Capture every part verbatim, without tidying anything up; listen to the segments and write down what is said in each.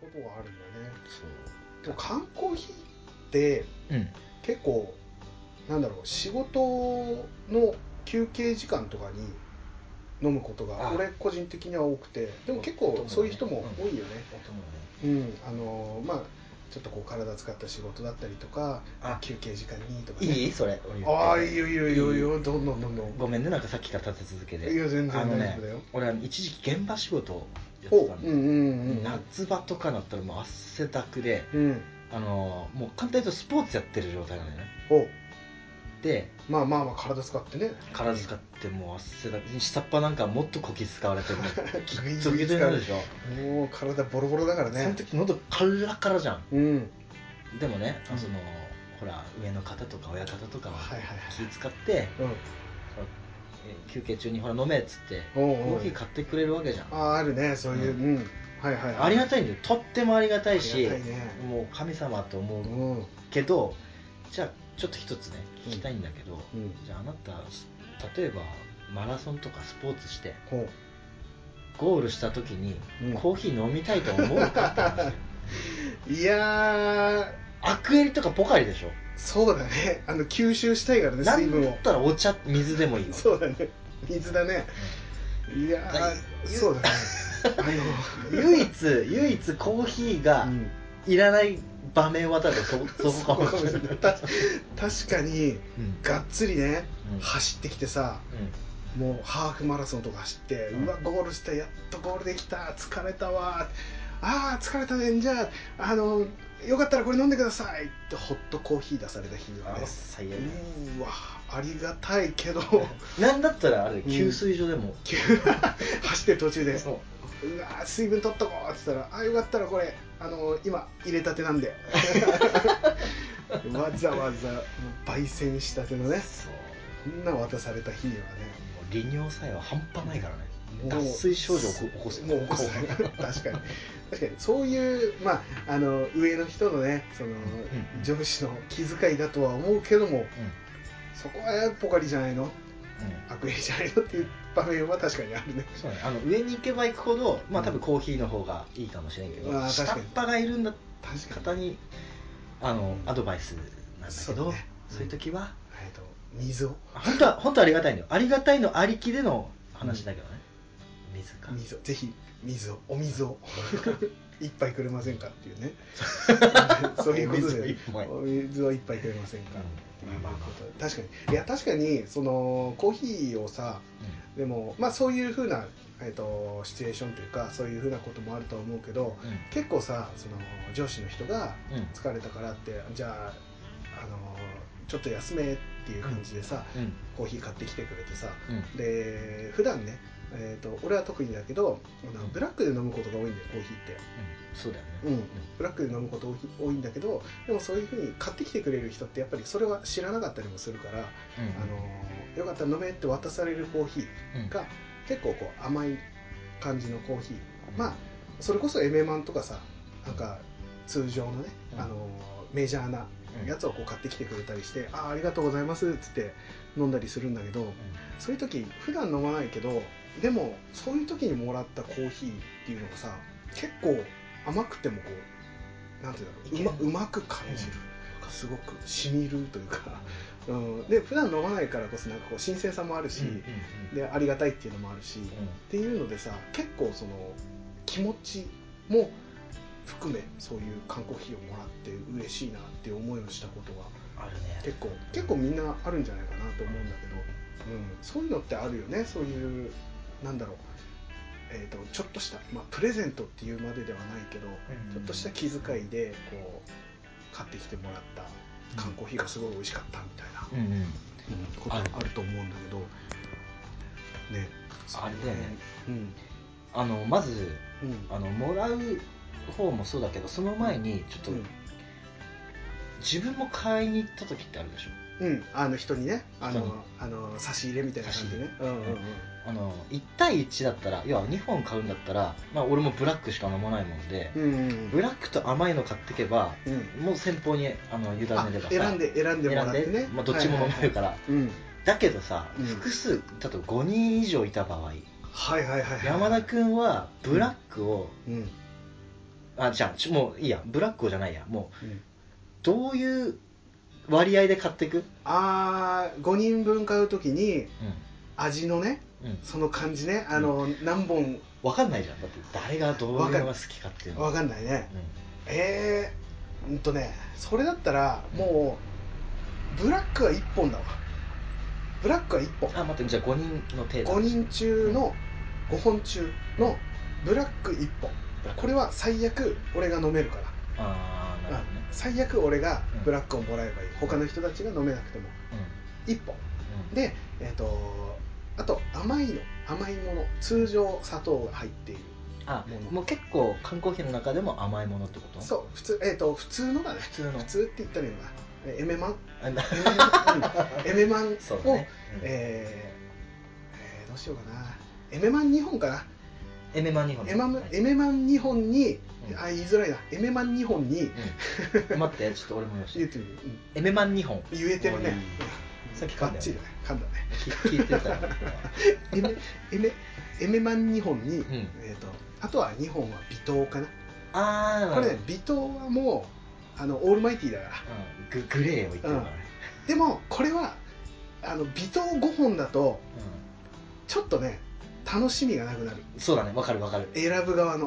ことがあるんだね。 そうでも缶コーヒーって、うん、結構なんだろう、仕事の休憩時間とかに飲むことが俺個人的には多くて、でも結構そういう人も多いよね。うん、うん、あのまあちょっとこう体使った仕事だったりとか、休憩時間にとか、ね、 いいそれああいいよいいよいいよいいよ、どんどんどんどん。 ごめんね、なんかさっきから立て続けで。 いや全然大丈夫だよ。 あのね、俺は一時期現場仕事をやってたんで、うんうんうん、夏場とかだったらもう汗だくで、うん、あのもう簡単に言うとスポーツやってる状態なんだよね。おでまあまあまあ体使ってね、 体使ってもう汗だく、下っ端なんかもっとこき使われてもうギットギトになるでしょ。 もう体ボロボロだからね。 その時喉カラカラじゃん、うん、でもね、うん、そのほら上の方とか親方とかは気使って、うん、休憩中にほら飲めっつってコーヒー買ってくれるわけじゃん。 あああるねそういう、うんうん、はいはいはい、 ありがたいんだよ、とってもありがたいし、ね、もう神様と思うけど、うん、じゃあちょっと一つね聞きたいんだけど、うん、じゃああなた例えばマラソンとかスポーツしてゴールした時にコーヒー飲みたいと思うかって話。 いやーアクエリとかポカリでしょ。 そうだね、あの吸収したいからね、水分を。 なんだったらお茶水でもいいよ。 そうだね、水だね、うん、いやーそうだねあの唯一唯一コーヒーがいらない場面は多分そそこかもしれない。 確かに、うん、がっつりね、うん、走ってきてさ、うん、もうハーフマラソンとか走って、うん、うわゴールした、やっとゴールできた、疲れたわ、あー疲れたね、じゃああのよかったらこれ飲んでくださいってホットコーヒー出された日はね、 最悪。 うわありがたいけどなんだったらあれ給水所でも、 うん、走ってる途中でそううわ水分取っとこうって言ったら、あよかったらこれあの今入れたてなんでわざわざ焙煎したてのね、そんな渡された日にはね、 もう利尿作用半端ないからね、脱水症状を起こすもう起こす確かに確かにそういう、まあ、あの上の人のね、その、うんうん、上司の気遣いだとは思うけども、うん、そこはポカリじゃないの、うん、悪意じゃないのっていう場面は確かにあるね。 そうね、あの上に行けば行くほど、まあ、多分コーヒーの方がいいかもしれんけど、うん、下っ端がいるんだ方にあの、うん、アドバイスなんだけど、そうね、そういう時は、 えーと、水を本当は本当はありがたいのよ、ありがたいのありきでの話だけどね、うん、水か水をぜひ水をお水を一杯くれませんかっていうねそういうことでお水を一杯くれませんかっていうことで、確かにいや確かにそのコーヒーをさ、うん、でもまあそういう風な、えーと、シチュエーションというかそういう風なこともあると思うけど、うん、結構さその上司の人が疲れたからって、うん、じゃああのちょっと休めっていう感じでさ、うん、コーヒー買ってきてくれてさ、うん、で普段ねえー、と俺は特にだけどあのブラックで飲むことが多いんだよコーヒーって、うん、 そうだよね、 うん、ブラックで飲むこと多いんだけど、でもそういう風に買ってきてくれる人ってやっぱりそれは知らなかったりもするから、うん、あのよかったら飲めって渡されるコーヒーが結構こう甘い感じのコーヒー、うん、まあそれこそエメマンとかさ、なんか通常のね、うん、あのメジャーなやつをこう買ってきてくれたりして、うん、あ, ありがとうございますっつって飲んだりするんだけど、うん、そういう時普段飲まないけどでもそういう時にもらったコーヒーっていうのがさ結構甘くてもこうなんていうんだろう、うま、うまく感じる、うん、すごく染みるというか、うん、で普段飲まないからこそなんかこう新鮮さもあるし、うんうんうん、でありがたいっていうのもあるし、うん、っていうのでさ結構その気持ちも含めそういう缶コーヒーをもらって嬉しいなっていう思いをしたことがあるね。 結構結構みんなあるんじゃないかなと思うんだけど、うん、そういうのってあるよね。そういうなんだろう、えーと、ちょっとした、まあ、プレゼントっていうまでではないけど、うん、ちょっとした気遣いでこう買ってきてもらった缶コーヒーがすごい美味しかったみたいな、うんうん、ことがあると思うんだけどね。 あれだよね、うん、あのまず、うん、あのもらう方もそうだけどその前にちょっと、うん、自分も買いに行った時ってあるでしょ。 うん、あの人にね、あのあの差し入れみたいな感じでね、うんうんうん、 あのいち対いちだったら、要はにほん買うんだったら、まあ、俺もブラックしか飲まないもんで、うんうんうん、ブラックと甘いの買ってけば、うん、もう先方にあの委ねればさ選んで選んでもらってね、 まあ、どっちも飲めるから、はいはいはい、だけどさ、うん、複数例えばごにん以上いた場合、はいはいはいはい、山田君はブラックを、うんうん、 あじゃあもういいやブラックじゃないやもう、うん、どういう割合で買っていく？ ああごにんぶん買うときに、うん、味のね、うん、その感じねあの、うん、何本分かんないじゃんだって誰がどういうのが好きかっていうの分かんないね、うん、えーうんとねそれだったらもう、うん、ブラックはいっぽんだわブラックはいっぽんあ待ってじゃあごにんの程度ごにん中のごほん中のブラックいっぽん、うん、これは最悪俺が飲めるからああなるほどね最悪俺がブラックをもらえばいい、うん、他の人たちが飲めなくても、うん、いっぽん、うん、でえっ、ー、とあと甘いの甘いもの通常砂糖が入っているあもう結構缶コーヒーの中でも甘いものってこと？ そう普通、えー、と普通のがね普通の普通って言ったらいいのかエメマンエメマンを、ねうんえー、どうしようかなエメマンにほんかなエメマンにほんエメマン、はい、エメマンにほんに、うん、あ言いづらいなエメマンにほんに、 うん、待ってちょっと俺もよし言ってみる、うん、 エメマンにほん言えてるねさっき噛んだよね噛んだね聞いてたよエメエメエメマンにほんに、うんえー、とあとはにほんは微糖かなあこれね微糖はもうあのオールマイティーだから、 うん、グ, グレーを言ってるからね、 うん、でもこれはあの微糖ごほんだと、うん、ちょっとね楽しみがなくなるそうだねわかるわかる選ぶ側の、うん、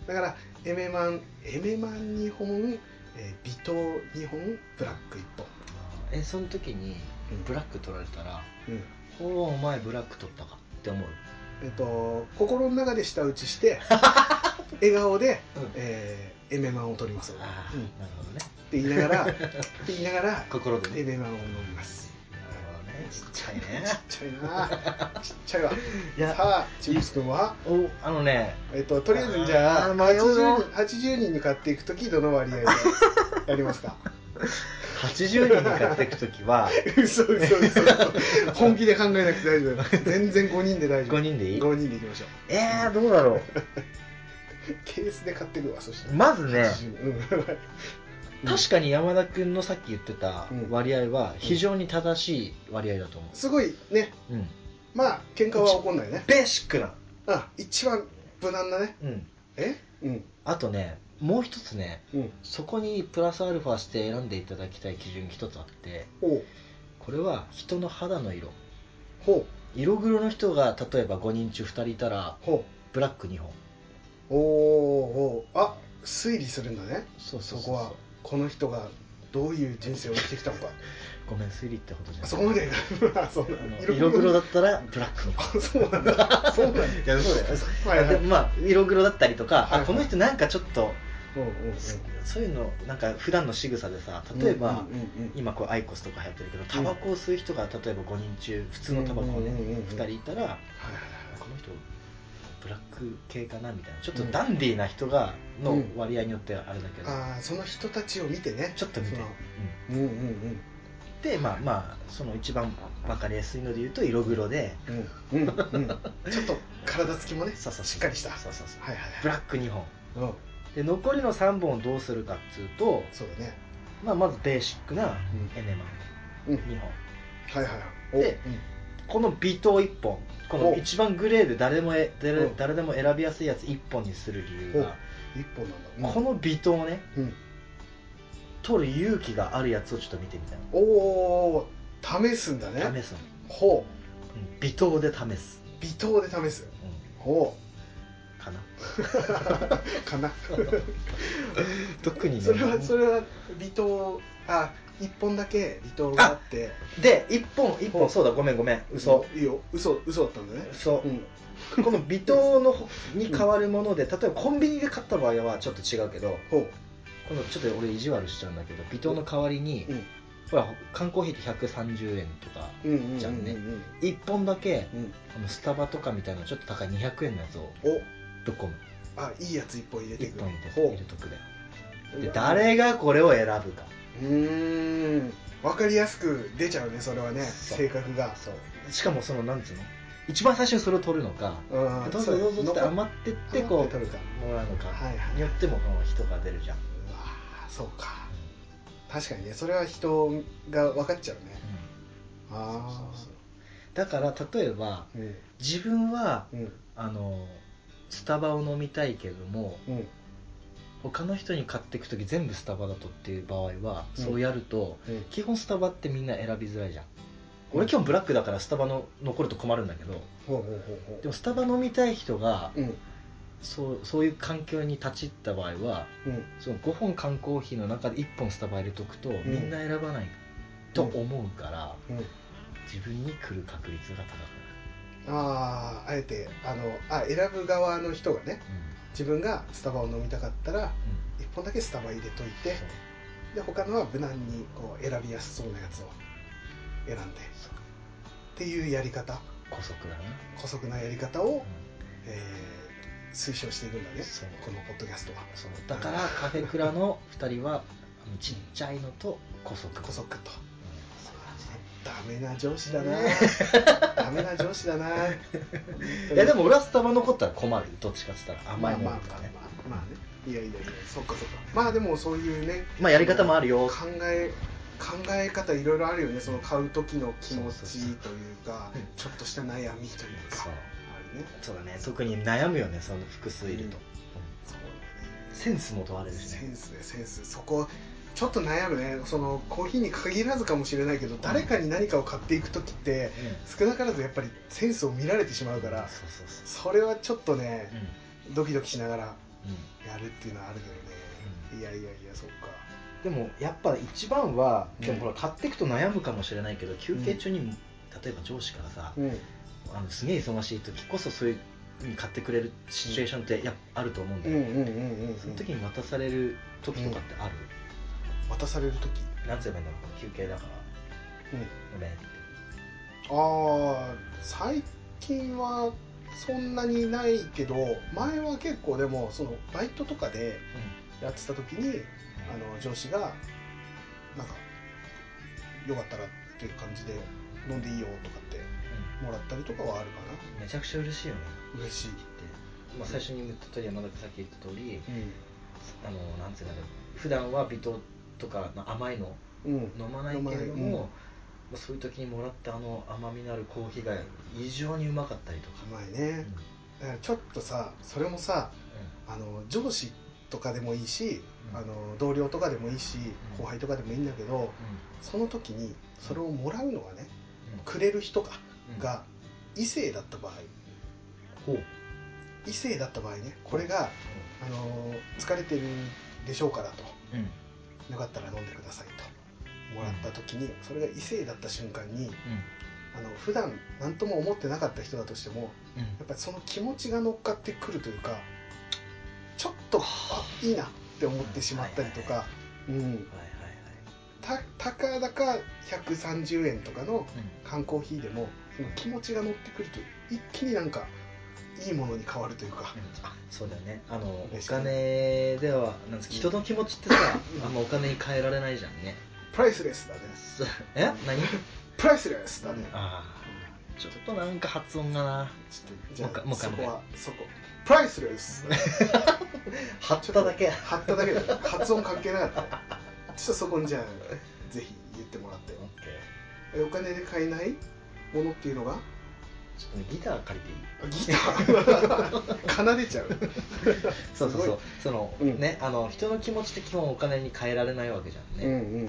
だからエメマンエメマンにほん、えー、微糖にほんブラックいっぽんえその時にブラック取られたら、うん、ほうお前ブラック取ったかって思うえっと心の中で舌打ちして笑顔で、うんえー、エメマンを取りますあ、うん、なるほどねって言いながらって言いながら心で、ね、 エメマンを飲みますなるほどねちっちゃいねちっちゃいなちっちゃいわいやさあチップス君はおあのねえっととりあえずじゃあはちじゅうにんはちじゅうにんに買っていくときどの割合でやりますかはちじゅうにんに買っていくときは嘘嘘嘘本気で考えなくて大丈夫全然ごにんで大丈夫ごにんでいい ?ご 人でいきましょうえーどうだろうケースで買ってくわそしてまずね、 うん、 確かに山田君のさっき言ってた割合は非常に正しい割合だと思う、 うん、すごいね、うん、まあ喧嘩は起こんないねベーシックなあ一番無難なね、うん、え、うん、 あとねもう一つね、うん、そこにプラスアルファして選んでいただきたい基準一つあってこれは人の肌の色ほう色黒の人が例えばごにん中ふたりいたらほうブラックにほんおおあ推理するんだねそうそうそうそうそこはこの人がどういう人生を生きてきたのかごめん推理ってほどじゃないそこまでそう色, 色黒だったらブラックにほんそうなんだそうなんだいやそうだよ、はいはい、でもまあ色黒だったりとか、はいはい、あこの人なんかちょっとうんうんうん、そういうのなんか普段の仕草でさ例えば、うんうんうんうん、今こうアイコスとか流行ってるけどタバコを吸う人が例えばごにん中普通のタバコをね、うんうんうんうん、ふたりいたら、はいはいはい、この人ブラック系かなみたいなちょっとダンディーな人がの割合によってはあれだけど、 うん、あその人たちを見てねちょっと見て、 うんうんうんうん、 でまあまあその一番分かりやすいので言うと色黒で、 うんうんうん、ちょっと体つきもねそうそうそうしっかりしたそうそうそう、 はいはいはい、 ブラックにほん、うんで残りのさんぼんをどうするかっつうとそうだね、 まあ、まずベーシックなエネマンにほん、 はいはいはいで、うん、この微糖いっぽんこの一番グレーで誰もえ誰誰でも選びやすいやついっぽんにする理由がいっぽんなんだ、うん、 この微糖をね、うん、取る勇気があるやつをちょっと見てみたいなおお試すんだね試すのほう、うん、微糖で試す微糖で試す、うん、ほうかなかな特にねそれはそれは微糖あいっぽんだけ微糖があってでいっぽんいっぽんそうだごめんごめん嘘いいよ嘘嘘だったんだねそう、うん、この微糖のに代わるもので例えばコンビニで買った場合はちょっと違うけどこのちょっと俺意地悪しちゃうんだけど微糖の代わりに、うん、ほら缶コーヒーってひゃくさんじゅうえんとかじゃんねいっぽんだけ、うん、このスタバとかみたいなちょっと高いにひゃくえんのやつをぶっ込むあいいやついっぽん入れてくるいっぽん入れとくでで誰がこれを選ぶかうーん分かりやすく出ちゃうねそれはね性格がそうしかもそのなんつうの一番最初にそれを取るのかどうぞどうぞって余ってってこう取るかもらうのかによってもこの人が出るじゃんうわそうか確かにねそれは人が分かっちゃうね、うん、ああそうそうだから例えば、うん、自分は、うん、あのスタバを飲みたいけども、うん、 他の人に買っていく時全部スタバだとっていう場合は、 うん、 そうやると、 うん、 基本スタバってみんな選びづらいじゃん、うん、俺今日ブラックだからスタバの残ると困るんだけど、 ほうほうほうほう、 でもスタバ飲みたい人が、 うん、 そう、そういう環境に立ち入った場合は、うん、そのごほん缶コーヒーの中でいっぽんスタバ入れとくと、うん、みんな選ばないと思うから、うんうん、自分に来る確率が高くなる。 ああ、あえてあのあ選ぶ側の人がね、うん、自分がスタバを飲みたかったら、うん、いっぽんだけスタバ入れといて、で他のは無難にこう選びやすそうなやつを選んでっていうやり方、 姑息だな姑息なやり方を、うん、えー、推奨していくんだね、このポッドキャストは。 そうだからカフェクラのふたりはちっちゃいのと姑息姑息と、ダメな上司だなダメな上司だな。いやでも俺はスタバ残ったら困る、どっちかっつったら甘いものとかね、 まあまあまあ、まあね、いやいやいや、そっかそっか、まあでもそういうね、 まあやり方もあるよ、 考え考え方いろいろあるよね、その買う時の気持ちというか、ちょっとした悩みというか、 そう、 あるね、 そうだね、特に悩むよね、その複数いると、うん、 そうだね、 センスも問われるしね、 センスでセンス、そこちょっと悩むね、そのコーヒーに限らずかもしれないけど、誰かに何かを買っていく時って、うん、少なからずやっぱりセンスを見られてしまうから、うん、そうそうそう、それはちょっとね、うん、ドキドキしながらやるっていうのはあるけどね、うん、いやいやいや、そっか。 でもやっぱ一番は、今日ほら買っていくと悩むかもしれないけど、休憩中に、うん、例えば上司からさ、うん、あのすげえ忙しい時こそそういう風に買ってくれるシチュエーションってやっぱあると思うんだよ、その時に渡される時とかってある、 うん、渡される時なんて言えばいいんだろう、休憩だから、うん、ごめんって。 ああ、最近はそんなにないけど、前は結構でもそのバイトとかでやってた時に、うん、あの上司がなんかよかったらっていう感じで飲んでいいよとかってもらったりとかはあるかな。 めちゃくちゃ嬉しいよね。 嬉しいって、 まあ、最初に言った通り、山田君さっき言った通り、うん、あのなんていうんだろう、普段は微糖とか甘いの飲まないけれども、うんうん、まあ、そういう時にもらったあの甘みのあるコーヒーが異常にうまかったりとか。 うまいね、うん、だからちょっとさ、それもさ、うん、あの上司とかでもいいし、うん、あの同僚とかでもいいし、うん、後輩とかでもいいんだけど、うん、その時にそれをもらうのがね、うん、くれる人か、うん、が異性だった場合、 ほう、 異性だった場合ね、これが、うん、あの疲れてるでしょうからと、うん、よかったら飲んでくださいともらった時に、うん、それが異性だった瞬間に、うん、あの普段何とも思ってなかった人だとしても、うん、やっぱりその気持ちが乗っかってくるというか、ちょっとあいいなって思ってしまったりとか、たたかだかひゃくさんじゅうえんとかの缶コーヒーでも、その気持ちが乗ってくると一気になんかいいものに変わるというか、うん、 あ、そうだよね、あのお金ではなんですか、人の気持ちってさ、うん、あんまお金に変えられないじゃんね。 プライスレスだね。 え、何？ プライスレスだね。 ああ、ちょっとなんか発音がな。 ちょっとじゃあもうそこはそこプライスレス。 貼っただけ。 貼っただけだ、ね。発音関係なかったね。ちょっとそこにじゃあぜひ言ってもらって。Okay. お金で買えないものっていうのが。 ちょっとギター借りていい？ ギター奏でちゃう。 そうそうそう、その、うん、ね、あの人の気持ちって基本お金に変えられないわけじゃんね。うんうんうんうん。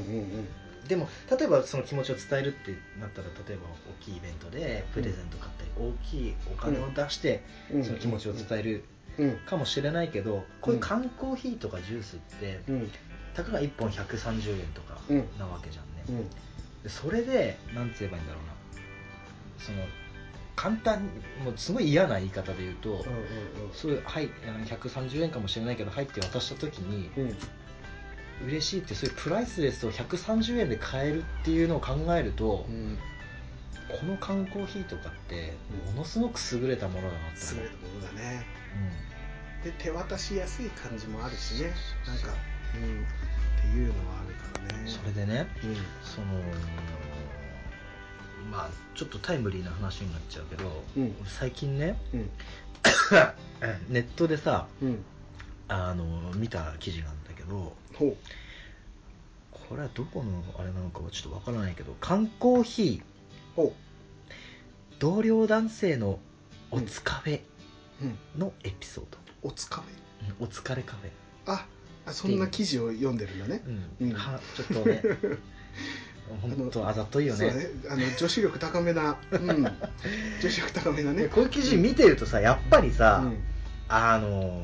でも例えばその気持ちを伝えるってなったら、例えば大きいイベントでプレゼント買ったり、うん、大きいお金を出してその気持ちを伝えるかもしれないけど、うん、こういう缶コーヒーとかジュースって、うん、たかがいっぽんひゃくさんじゅうえんとかなわけじゃんね。うん、でそれでなんて言えばいいんだろうな、その簡単に、もうすごい嫌な言い方で言うと、うんうんうん、そういうはいひゃくさんじゅうえんかもしれないけど入って渡した時に、うん、嬉しいって、そういうプライスレスをひゃくさんじゅうえんで買えるっていうのを考えると、うん、この缶コーヒーとかってものすごく優れたものだなって思う。 優れたものだね、うん、で手渡しやすい感じもあるしね、なんか、うん、っていうのはあるからね。 それでね、うん、そのまあちょっとタイムリーな話になっちゃうけど、うん、最近ね、うん、ネットでさ、うん、あの見た記事なんだけど、ほう、これはどこのあれなのかはちょっとわからないけど、缶コーヒー、ほう、同僚男性のおつカフェのエピソード、 うんうん、おつカフェ、 お疲れカフェ、 あ、 あ、そんな記事を読んでるんだね。 うん、うん、はちょっとね本当あざといよ ね, ねあの女子力高めな、うん、女子力高めなね。 こういう記事見てるとさ、やっぱりさ、うん、あの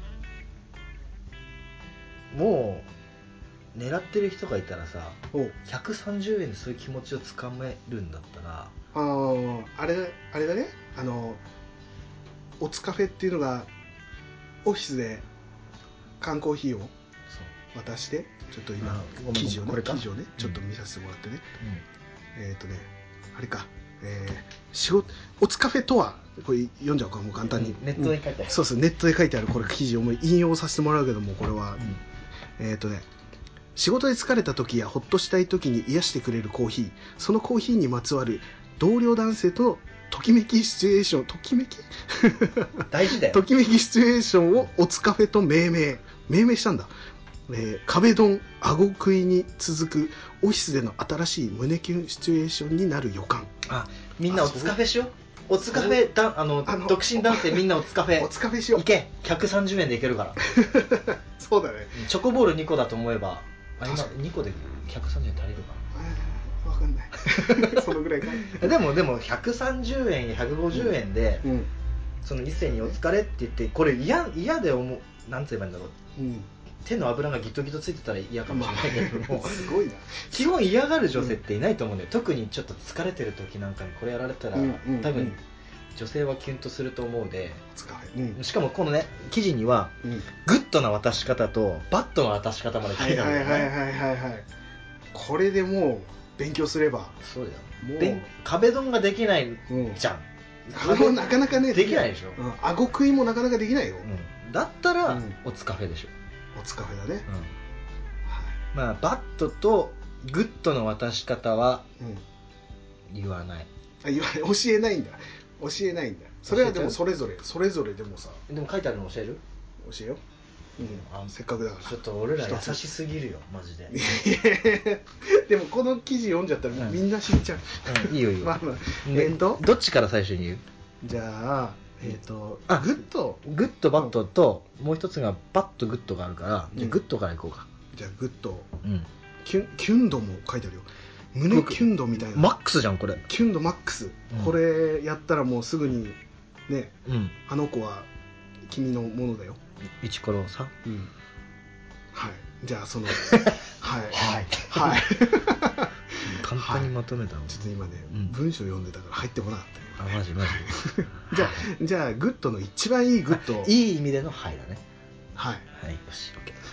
もう狙ってる人がいたらさ、ひゃくさんじゅうえんでそういう気持ちをつかめるんだったら、 ああれあれだね、あのおつカフェっていうのがオフィスで缶コーヒーを渡して、ちょっと今記事をね、記事をねちょっと見させてもらってね、うん、えっ、ー、とねあれか、えー、仕事おつカフェとは、これ読んじゃおうか、もう簡単に、 ネットで書いてある、 そうそう、ネットで書いてあるこれ記事をもう引用させてもらうけども、これは、うん、えっ、ー、とね仕事で疲れた時やほっとしたい時に癒してくれるコーヒー、そのコーヒーにまつわる同僚男性とのときめきシチュエーション、ときめき大事だよ。 ときめきシチュエーションをおつカフェと命名命名したんだ。えー、壁ドン顎食いに続くオフィスでの新しい胸キュンシチュエーションになる予感。 あ、みんなおつカフェしよう。おつカフェだ、あの、あの独身男性みんなおつカフェおつカフェしよう。 行け、ひゃくさんじゅうえんでいけるからそうだね。 チョコボールにこだと思えば、あ、今にこでひゃくさんじゅうえん足りるかな、分かんないそのぐらいかでもでもひゃくさんじゅうえんやひゃくごじゅうえんで、うんうん、その一斉にお疲れって言って、これ嫌嫌で思う、なんて言えばいいんだろう、うん、手の油がギトギトついてたら嫌かもしれないけども、 まあ、すごいな。 基本嫌がる女性っていないと思うんだよ、うん、特にちょっと疲れてる時なんかにこれやられたら、うんうんうん、多分女性はキュンとすると思うで、うん、しかもこのね記事には、うん、グッドな渡し方とバッドな渡し方まで書いてあるんだよね。 はいはいはいはいはい。これでもう勉強すれば、 そうだよ、もう壁ドンができないじゃん、 うん、壁ドンなかなかねできないでしょ、 うん、顎食いもなかなかできないよ、 うん、だったら、うん、おつカフェでしょ。 おつカフェだね、うん、はい、 まあバッドとグッドの渡し方は言わない、 うん、あ、言わない、教えないんだ、教えないんだ。それはでもそれぞれそれぞれでもさ、 でも書いてあるの教える？ 教えよ、うん、あ、せっかくだから。 ちょっと俺ら優しすぎるよマジででもこの記事読んじゃったらみんな知っちゃう、 うん、いいよいいよまあまあ、えー、とどっちから最初に言う？ じゃあえっ、ー、とあグッドグッドバッドと、うん、もう一つがバッドグッドがあるから、じゃあグッドからいこうか、 うん、じゃあグッド、うん、キュンキュン度も書いてあるよ、胸キュン度みたいな、 マックスじゃんこれ、 キュン度マックス、うん、これやったらもうすぐにね、うん、あの子は君のものだよ、 いちからさん、うん、 はい、じゃあそのはいはいはい簡単にまとめたの、はい、 ちょっと今ね、うん、文章読んでたから入ってこなかったよ。 あ、マジマジじゃあじゃあグッドの一番いいグッド、 いい意味でのはいだね、 はいはい、よし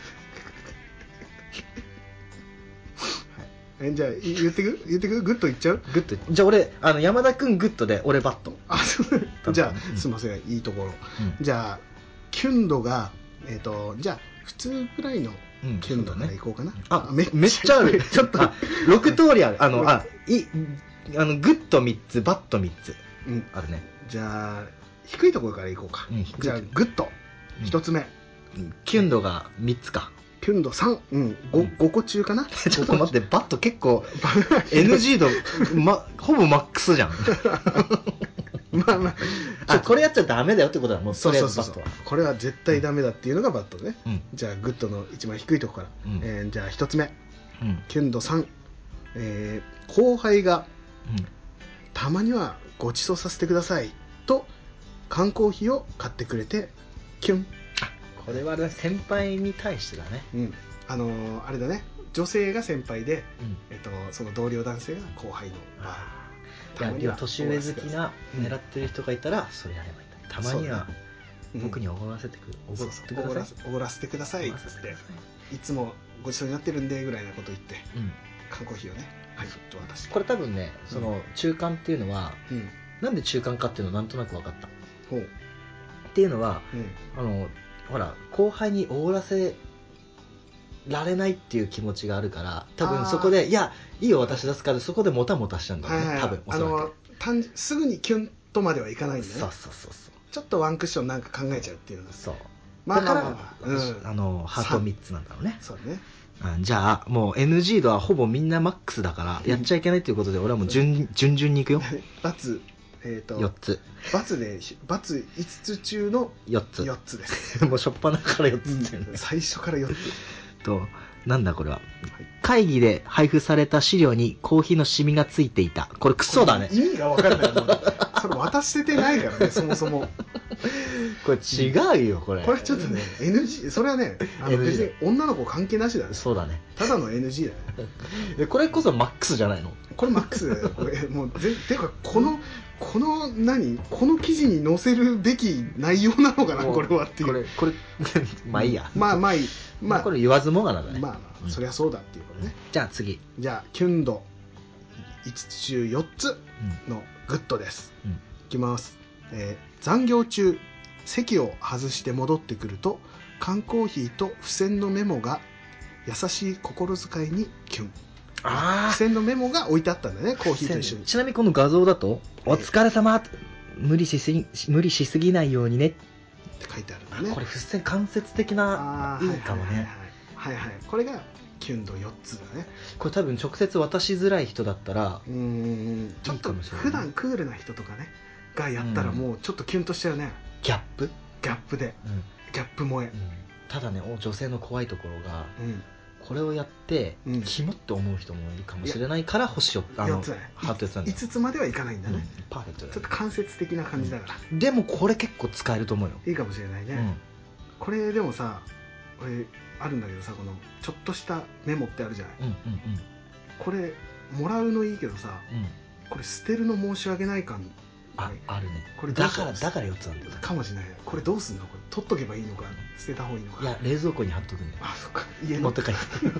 OK はい、じゃあ言ってく言ってくグッドいっちゃう？ グッド、じゃあ俺あの山田君グッドで俺バット、 あ、そうじゃあ、うん、すいません、いいところ、うん、じゃあキュン度がえっ、ー、とじゃあ普通ぐらいのキュン度からいこうかな、うん、ね、 あ め, めっちゃあるちょっとろく通りある、あのあいあのグッドみっつバットみっつ、うん、あるね。 じゃあ低いところからいこうか、うん、じゃあグッドひとつめ、 うん、キュン度がみっつか、 キュン度さん、うん、ご, ごこ中かなちょっと待って、バット結構 エヌジー 度、ま、ほぼマックスじゃんまあまあ、あ、これやっちゃダメだよってことだもん、 そうそうそうそう、これは絶対ダメだっていうのがバットね、うん、じゃあグッドの一番低いところから、うん、えー、じゃあひとつめ、うん、キュン度さん、えー、後輩が、うん、たまにはご馳走させてくださいと缶コーヒーを買ってくれてキュン。 これは、ね、先輩に対してだね、 うん、あのー、あれだね、女性が先輩で、うん、えっと、その同僚男性が後輩の場合、 いや年上好きな狙ってる人がいたら、うん、それやればいいんだ。たまには、ね、僕におごらせてくおごってください、 おごらせてくださいっつって、いつもごちそうになってるんでぐらいなこと言って、うん、缶コーヒーをね、はい、と渡して、 これ多分ね、その中間っていうのは、うん、なんで中間かっていうのなんとなく分かった、ほうっていうのは、うん、あのほら後輩におごらせられないっていう気持ちがあるから、多分そこでいやいいよ私出すから、そこでもたもたしちゃうんだよね、はいはい、多分おそらくあのすぐにキュンとまではいかないんだね。 そうそうそうそう、 ちょっとワンクッションなんか考えちゃうっていうのが、 そう、 まあまあまあ、 だから、うん、あのハートみっつなんだろうね。 そうね、 うん、じゃあもう エヌジー 度はほぼみんなマックスだから、やっちゃいけないということで俺はもう順、順々にいくよ。 バツえー、とよっつ ×で×いつつ中のよっつよっつですもうしょっぱなからよっつってる、 うん、最初からよっつとなんだこれは、はい、会議で配布された資料にコーヒーのシミがついていた。これクソだね。 意味が分からないもんそれ渡せてないからねそもそもこれ違うよこれ。 これちょっとね エヌジー それはねあの別に女の子関係なしだね。 そうだね。 ただの エヌジー だねこれこそマックスじゃないの。 これマックスだよこれもうぜていうかこのこの何この記事に載せるべき内容なのかなこれはっていう。 これこれまあいいや。 まあまあいい。まあこれ言わずもがなだね。 まあまあ、うん、そりゃそうだっていうことね。 じゃあ次。 じゃあキュンドいつつ中よっつのグッドです。うん、いきます。えー、残業中席を外して戻ってくると缶コーヒーと付箋のメモが優しい心遣いにキュン。あ付箋のメモが置いてあったんだねコーヒーと一緒に。 ちなみにこの画像だとお疲れ様無理しすぎ無理しすぎないようにねって書いてあるんだね。 これ付箋間接的ないいかもね。 はいはい、これがキュンドよっつだね。 これ多分直接渡しづらい人だったらうんうんちょっと普段クールな人とかねがやったらもうちょっとキュンとしちゃうね。 ギャップギャップで、うん、ギャップ萌え、うん、 ただね女性の怖いところが、うん、これをやって、うん、キモって思う人もいるかもしれないから星をあのよっつ、ね、ハートやつなんだよ。いつつまではいかないんだね、うん、 パーフェクトだね。 ちょっと間接的な感じだから、 うん、でもこれ結構使えると思うよ。 いいかもしれないね、うん、これでもさ俺あるんだけどさこのちょっとしたメモってあるじゃない、うんうんうん、これもらうのいいけどさ、うん、これ捨てるの申し訳ない感ああるね。 これだからだからよっつなんだよかもしれない。これどうすんのこれ取っとけばいいのか捨てた方がいいのか。 いや冷蔵庫に貼っとくんだよ。 あそっか家の持って帰って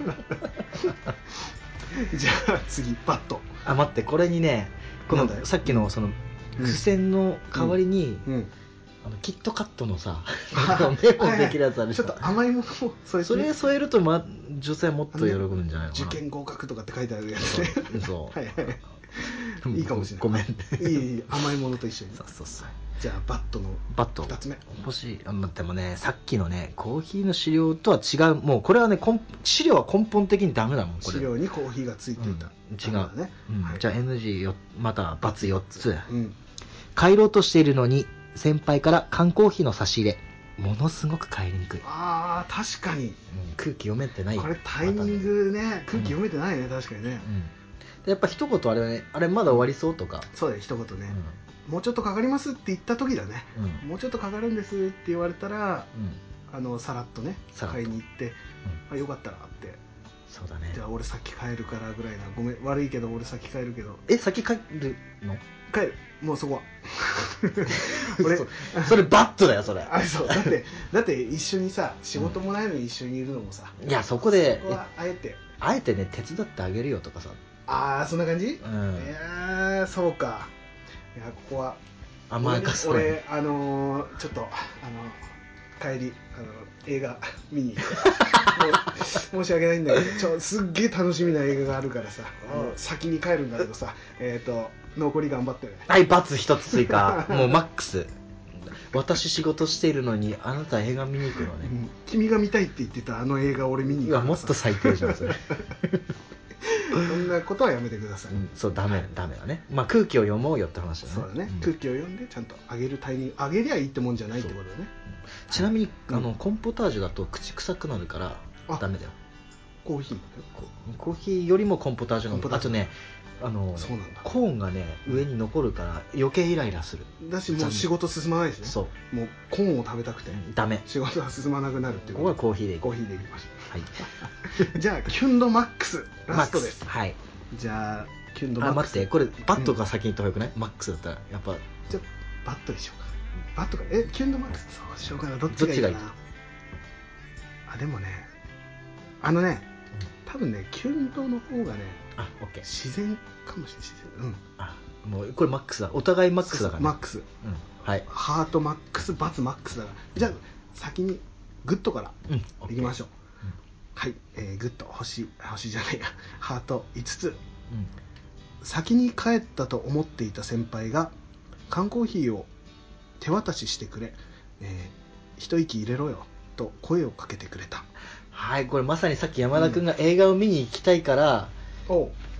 じゃあ次バット。 あ待ってこれにねこのさっきのその付箋の代わりに、うんうん、あのキットカットのさメモできるやつあるちょっと甘いものを添えそれ添えると、ま、女性はもっと喜ぶんじゃないのかな。 受験合格とかって書いてあるやつね。 そうはいはいいいかもしれない。 ごめんいいいい甘いものと一緒に。 そうそうそう。 じゃあバットのバットふたつめ欲しい。あでもねさっきのねコーヒーの資料とは違う。もうこれはね資料は根本的にダメだもん。これ資料にコーヒーがついていた、 うん、違う、ねうんはい、じゃあ エヌジー よまたはバツよっつ、うん、帰ろうとしているのに先輩から缶コーヒーの差し入れものすごく帰りにくい。 あー確かに、うん、 空気読めてない。 これタイミングね空気読めてないね、うん、確かにね、 うんやっぱ一言あれねあれまだ終わりそうとかそうだよ一言ね、うん、もうちょっとかかりますって言った時だね、うん、もうちょっとかかるんですって言われたら、うん、あのさらっとね買いに行って、うん、あよかったらってそうだね。 じゃあ俺先帰るからぐらいなごめん悪いけど俺先帰るけどえ先帰るの帰るもうそこは俺そ, それバットだよそれ。 あそうだってだって一緒にさ仕事もないのに一緒にいるのもさ、 うん、いやそこでそこはあえてあえてね手伝ってあげるよとかさああそんな感じ、 うん、 いやそうかいやここは甘やかす俺あのー、ちょっとあの帰りあの映画見に行って申し訳ないんだけどちょすっげえ楽しみな映画があるからさ、あの先に帰るんだけどさえっ、ー、と残り頑張ってね。 はいバツ一つ追加もうマックス私仕事しているのにあなた映画見に行くのね、うん、 君が見たいって言ってたあの映画俺見に行くからさ。 もっと最低じゃんそれそんなことはやめてください、 うん、そうダメダメだね。まあ空気を読もうよって話だね。 そうだね、うん、空気を読んでちゃんと上げるタイミング上げりゃいいってもんじゃないってことだね、 うん、ちなみに、うん、あのコンポタージュだと口臭くなるからダメだよ。 コーヒーコーヒーよりもコンポタージュのあとねあのそうなんだコーンがね上に残るから余計イライラするだしもう仕事進まないしね。 そうもうコーンを食べたくてダメ仕事が進まなくなるっていうここはコーヒーでいコーヒーでいきましょう。はいじゃあキュンドマックスラストです。 はいじゃあキュンドマックス。 あ待ってこれバットが先に言った方がよくない、うん、マックスだったらやっぱじゃあバットにしようか。バットかえキュンドマックスそうしようかなどっちがいいかな。あでもねあのね多分ねキュンドの方がねあオッケー自然かもしれない自然うんあもうこれマックスだお互いマックスだから、ね、 マックス、うん、 はいハートマックスバツマックスだからじゃあ先にグッドからいきましょう、うん、はい、えー、グッド星星じゃないやハートいつつ、うん、先に帰ったと思っていた先輩が缶コーヒーを手渡ししてくれ、えー、一息入れろよと声をかけてくれた。 はいこれまさにさっき山田君が映画を見に行きたいから、うん、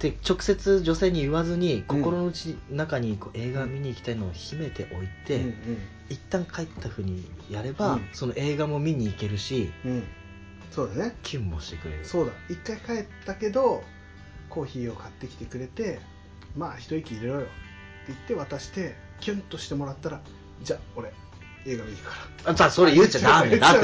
で直接女性に言わずに心の内中にこう映画見に行きたいのを秘めておいて、うんうん、一旦帰ったふうにやれば、うん、その映画も見に行けるし、うん、 そうだね、 キュンもしてくれる。 そうだ、一回帰ったけどコーヒーを買ってきてくれて、まあ一息入れろよって言って渡してキュンとしてもらったら、じゃあ俺映画見に行くから。 あ、じゃあそれ言っちゃダメだって。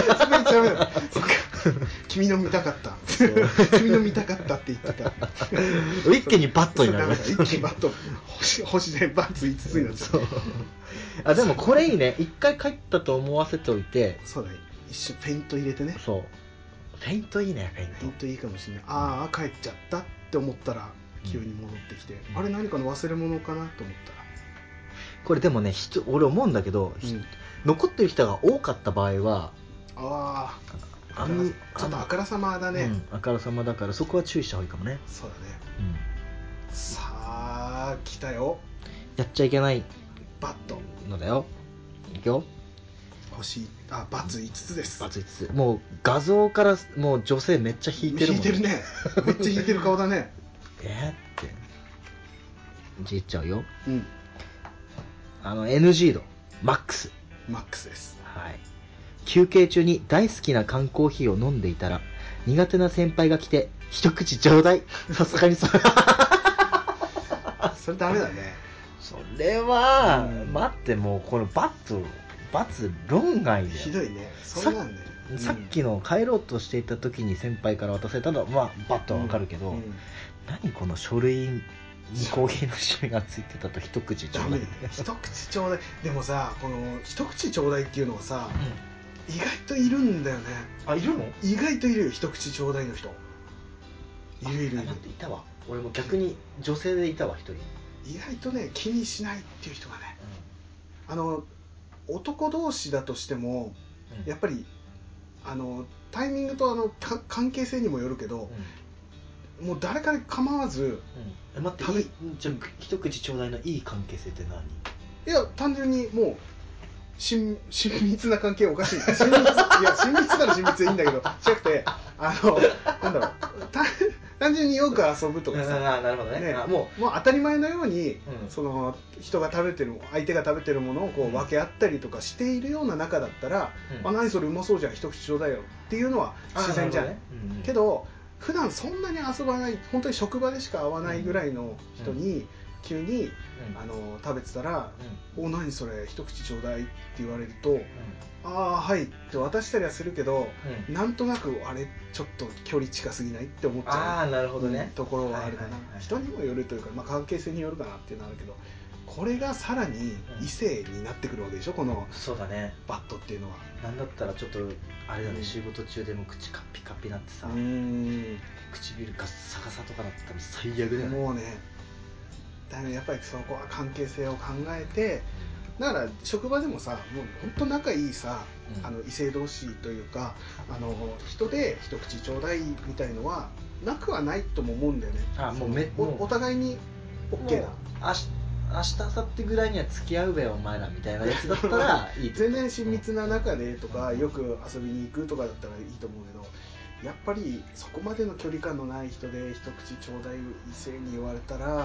君の見たかった。君の見たかったって言ってた。 一気にバットになる。 一気にバット。星、星でバツいつつになっちゃう。 あ、でもこれいいね。一回帰ったと思わせておいて。 そうだね。一瞬フェイント入れてね。 そう。フェイントいいね、フェイント。 フェイントいいかもしれない。ああ、帰っちゃったって思ったら急に戻ってきて、うん、あれ何かの忘れ物かなと思ったら。 これでもね、人俺思うんだけど、うん、残ってる人が多かった場合は、 ああ、ちょっとあからさまだね、 うん、あからさまだからそこは注意した方がいいかもね。 そうだね、うん、さあ来たよ、 やっちゃいけないバットのだよ。いくよ。 星、あ、バツいつつです。 バツいつつ。もう画像からもう女性めっちゃ引いてるもん。 引いてるね。めっちゃ引いてる顔だね。 えーってじいっちゃうよ。 うん。 あの エヌジー 度マックスマックスです。 はい。休憩中に大好きな缶コーヒーを飲んでいたら苦手な先輩が来て一口ちょうだい。さすがにそれそれダメだね。 それは、うん、待って、もうこのバットバツ論外だよ。 ひどいね。それなんだよ。 さ, さっきの帰ろうとしていた時に先輩から渡せたのは、まあ、バットはわかるけど、うんうん、何この書類にコーヒーの種類がついてたと一口ちょうだい。 一口ちょうだい。でもさ、この一口ちょうだいっていうのはさ、うん、意外といるんだよね。 あ、いるの？ 意外といるよ、一口ちょうだいの人。いるいるいる。 だっていたわ。俺も逆に女性でいたわ、一人。 意外とね、気にしないっていう人がね、うん、あの男同士だとしても、うん、やっぱりあのタイミングとあの関係性にもよるけど、うん、もう誰から構わず、 うん、待って、いい、じゃあ一口ちょうだいのいい関係性って何？ いや、単純にもう親, 親密な関係おかしい。親密、いや、親密なら親密でいいんだけど、じゃなくて、あのなんだろう、単純によく遊ぶとかさ、 あ、なるほどね、ね、 もう、もう当たり前のように、うん、その人が食べてる、相手が食べてるものをこう分け合ったりとかしているような中だったら、うん、あ、何それうまそうじゃん、一口ちょうだいよっていうのは自然じゃん、ね、うんうん、けど普段そんなに遊ばない、本当に職場でしか会わないぐらいの人に、うんうん、急に、うん、あの食べてたら、うん、お、何それ一口ちょうだいって言われると、うん、ああ、はいって渡したりはするけど、うん、なんとなくあれちょっと距離近すぎないって思っちゃう、 ああ、なるほどね、 ところはあるかな、はいはいはいはい、人にもよるというか、まあ、関係性によるかなっていうのはあるけど、これがさらに異性になってくるわけでしょ、このそうだね、 バットっていうのは。 なんだったらちょっとあれだね、うん、仕事中でも口カッピカッピなってさ、うーん、唇ガッサガサとかだったら最悪だよね。 もうね、だからやっぱりそこは関係性を考えて、だから職場でもさ、もう本当仲いいさ、うん、あの異性同士というか、あの人で一口ちょうだいみたいのはなくはないとも思うんだよね。 あ、もうめお, お互いに OK な。 明日明日明後日ぐらいには付き合うべお前らみたいなやつだったらいい。 全然親密な中でとか、うん、よく遊びに行くとかだったらいいと思うけど、やっぱりそこまでの距離感のない人で一口ちょうだい異性に言われたら、うん、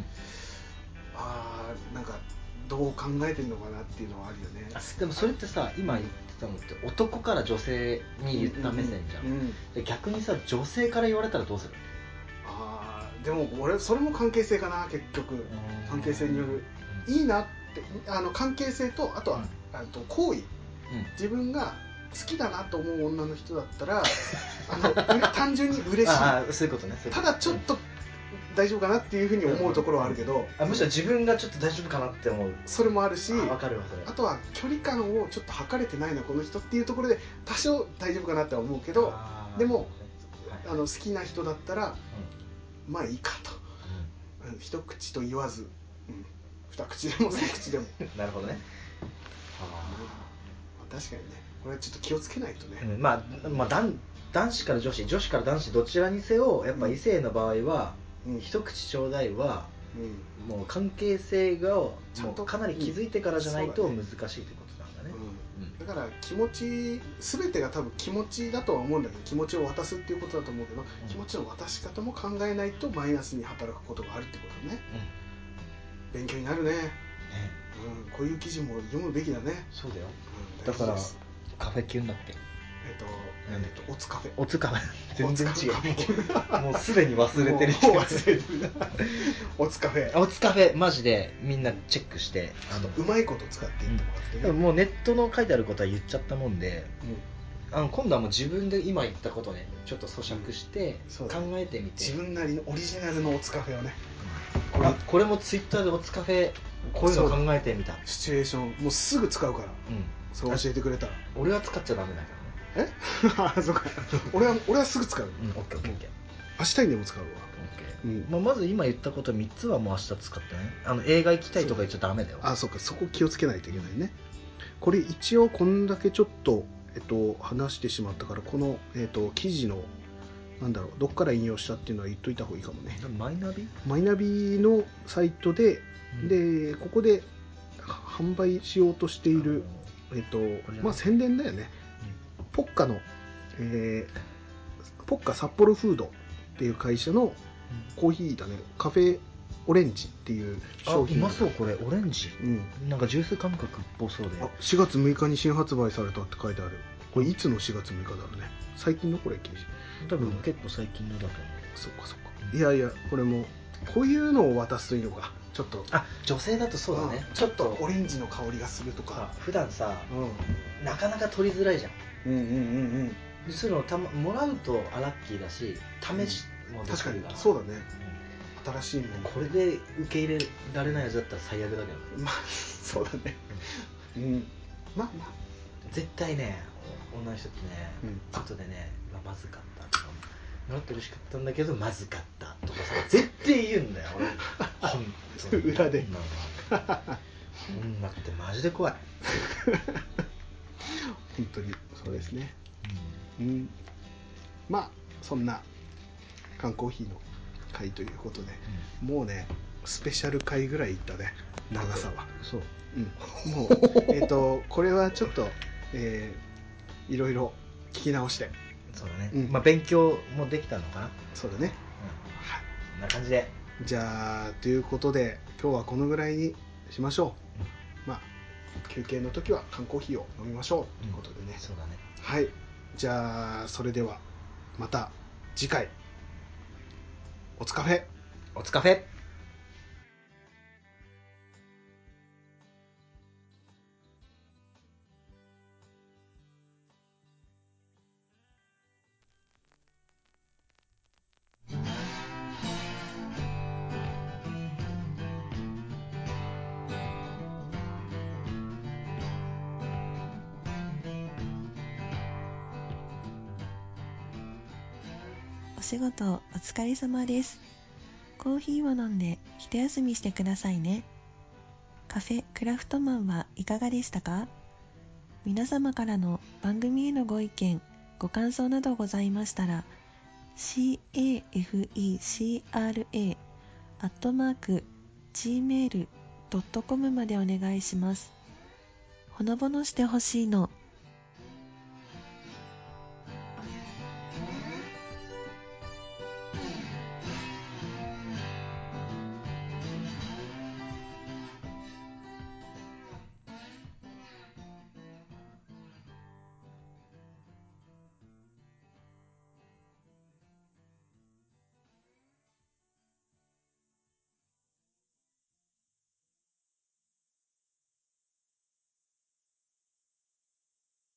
あー、なんかどう考えてるのかなっていうのはあるよね。 でもそれってさ、今言ってたのって男から女性に言った目線じゃん、うんうんうん、で逆にさ、女性から言われたらどうする？ あー、でも俺それも関係性かな、結局。関係性による、うん、いいなって、あの関係性と、あとは、うん、あと行為、うん、自分が好きだなと思う女の人だったらあの単純に嬉しい。 あ、そういうことね。 ただちょっと大丈夫かなっていうふうに思うところはあるけど、 あ、むしろ自分がちょっと大丈夫かなって思う、 それもあるし、 あ, かるわそれ。 あとは距離感をちょっと測れてないなこの人っていうところで多少大丈夫かなって思うけど、でも、はい、あの好きな人だったら、うん、まあいいかと、うん、一口と言わず、うん、二口でも三口でもなるほどね。 あ、確かにね、これはちょっと気をつけないとね、 うん、まあ、まあ、男, 男子から女子、女子から男子、どちらにせよやっぱ異性の場合は、うん、一口ちょうだいは、うん、もう関係性がもうかなり気づいてからじゃないと難しいってことなんだね。うん、うん、 だから気持ち全てが多分気持ちだとは思うんだけど、気持ちを渡すっていうことだと思うけど、うん、気持ちの渡し方も考えないとマイナスに働くことがあるってことね、うん、勉強になるね、ね、うん、こういう記事も読むべきだね。 そうだよ、うん、だからカフェキュンだっけ、 えっと、えっと、オツカフェ。 オツカフェ。全然違う。もうすでに忘れてる人。 忘れてる。オツカフェ。 オツカフェ、マジでみんなチェックして、 あのうまいこと使っていってもらってね。 うん、もうネットの書いてあることは言っちゃったもんで、うん、あの今度はもう自分で今言ったことね、ちょっと咀嚼して考えてみて、 自分なりのオリジナルのオツカフェをね。 これ、これもツイッターでオツカフェ、こういうの考えてみた。 シチュエーション、もうすぐ使うから。うん。それ教えてくれたら。 俺は使っちゃダメだから。 えあ、そうか。俺は俺はすぐ使う。 うん、オッケーオッケーオッケー。 明日にでも使うわ。 オッケー。うん。まあ、まず今言ったことみっつはもう明日使ってね。あの映画行きたいとか言っちゃダメだよ。 あ、そうか。そこ気をつけないといけないね。これ一応こんだけちょっとえっと話してしまったから、このえっと記事のなんだろう、どっから引用したっていうのは言っといた方がいいかもね。 マイナビ？ マイナビのサイトで、うん、でここで販売しようとしている、えっとまあ宣伝だよね。うん、ポッカのえー、ポッカ札幌フードっていう会社のコーヒーだね、カフェオレンジっていう商品。 あ、うまそう、これオレンジ、うん、なんかジュース感覚っぽそうで。 あ、しがつむいかに新発売されたって書いてある。これいつのしがつむいかだろうね。最近のこれ記事多分結構最近のだと思う。 そっかそっか。いやいや、これもこういうのを渡すといいのか。ちょっとあ、女性だとそうだね、 ちょっとオレンジの香りがするとか。 普段さ、うん、なかなか取りづらいじゃん。うんうんうんうんそういうのをた、ま、もらうとアラッキーだし、試しもできるから、 確かにそうだね、うん、新しいものこれで受け入れられないやつだったら最悪だけど、 まあそうだね、うん、うん、まあまあ絶対ね、女の人ってね、うん、外でね、まずかったとかもらって嬉しかったんだけどまずかったとかさ、絶対言うんだよ俺本当に裏で女ってマジで怖い本当にそうですね、うんうん、まあそんな缶コーヒーの回ということで、うん、もうねスペシャル回ぐらいいったね、長さは。 そう、 うん、もうえっとこれはちょっと、えー、いろいろ聞き直して、 そうだね、うん、まあ勉強もできたのかな。 そうだね、うん、はい、 こんな感じで、 じゃあということで今日はこのぐらいにしましょう、うん、まあ休憩の時は缶コーヒーを飲みましょうということでね、 うん、そうだね、 はい、じゃあそれではまた次回おつカフェおつカフェ。 お仕事お疲れ様です。コーヒーを飲んで一休みしてくださいね。カフェクラフトマンはいかがでしたか？皆様からの番組へのご意見、ご感想などございましたら カフェクラ アットマーク ジーメール ドットコム までお願いします。ほのぼのしてほしいの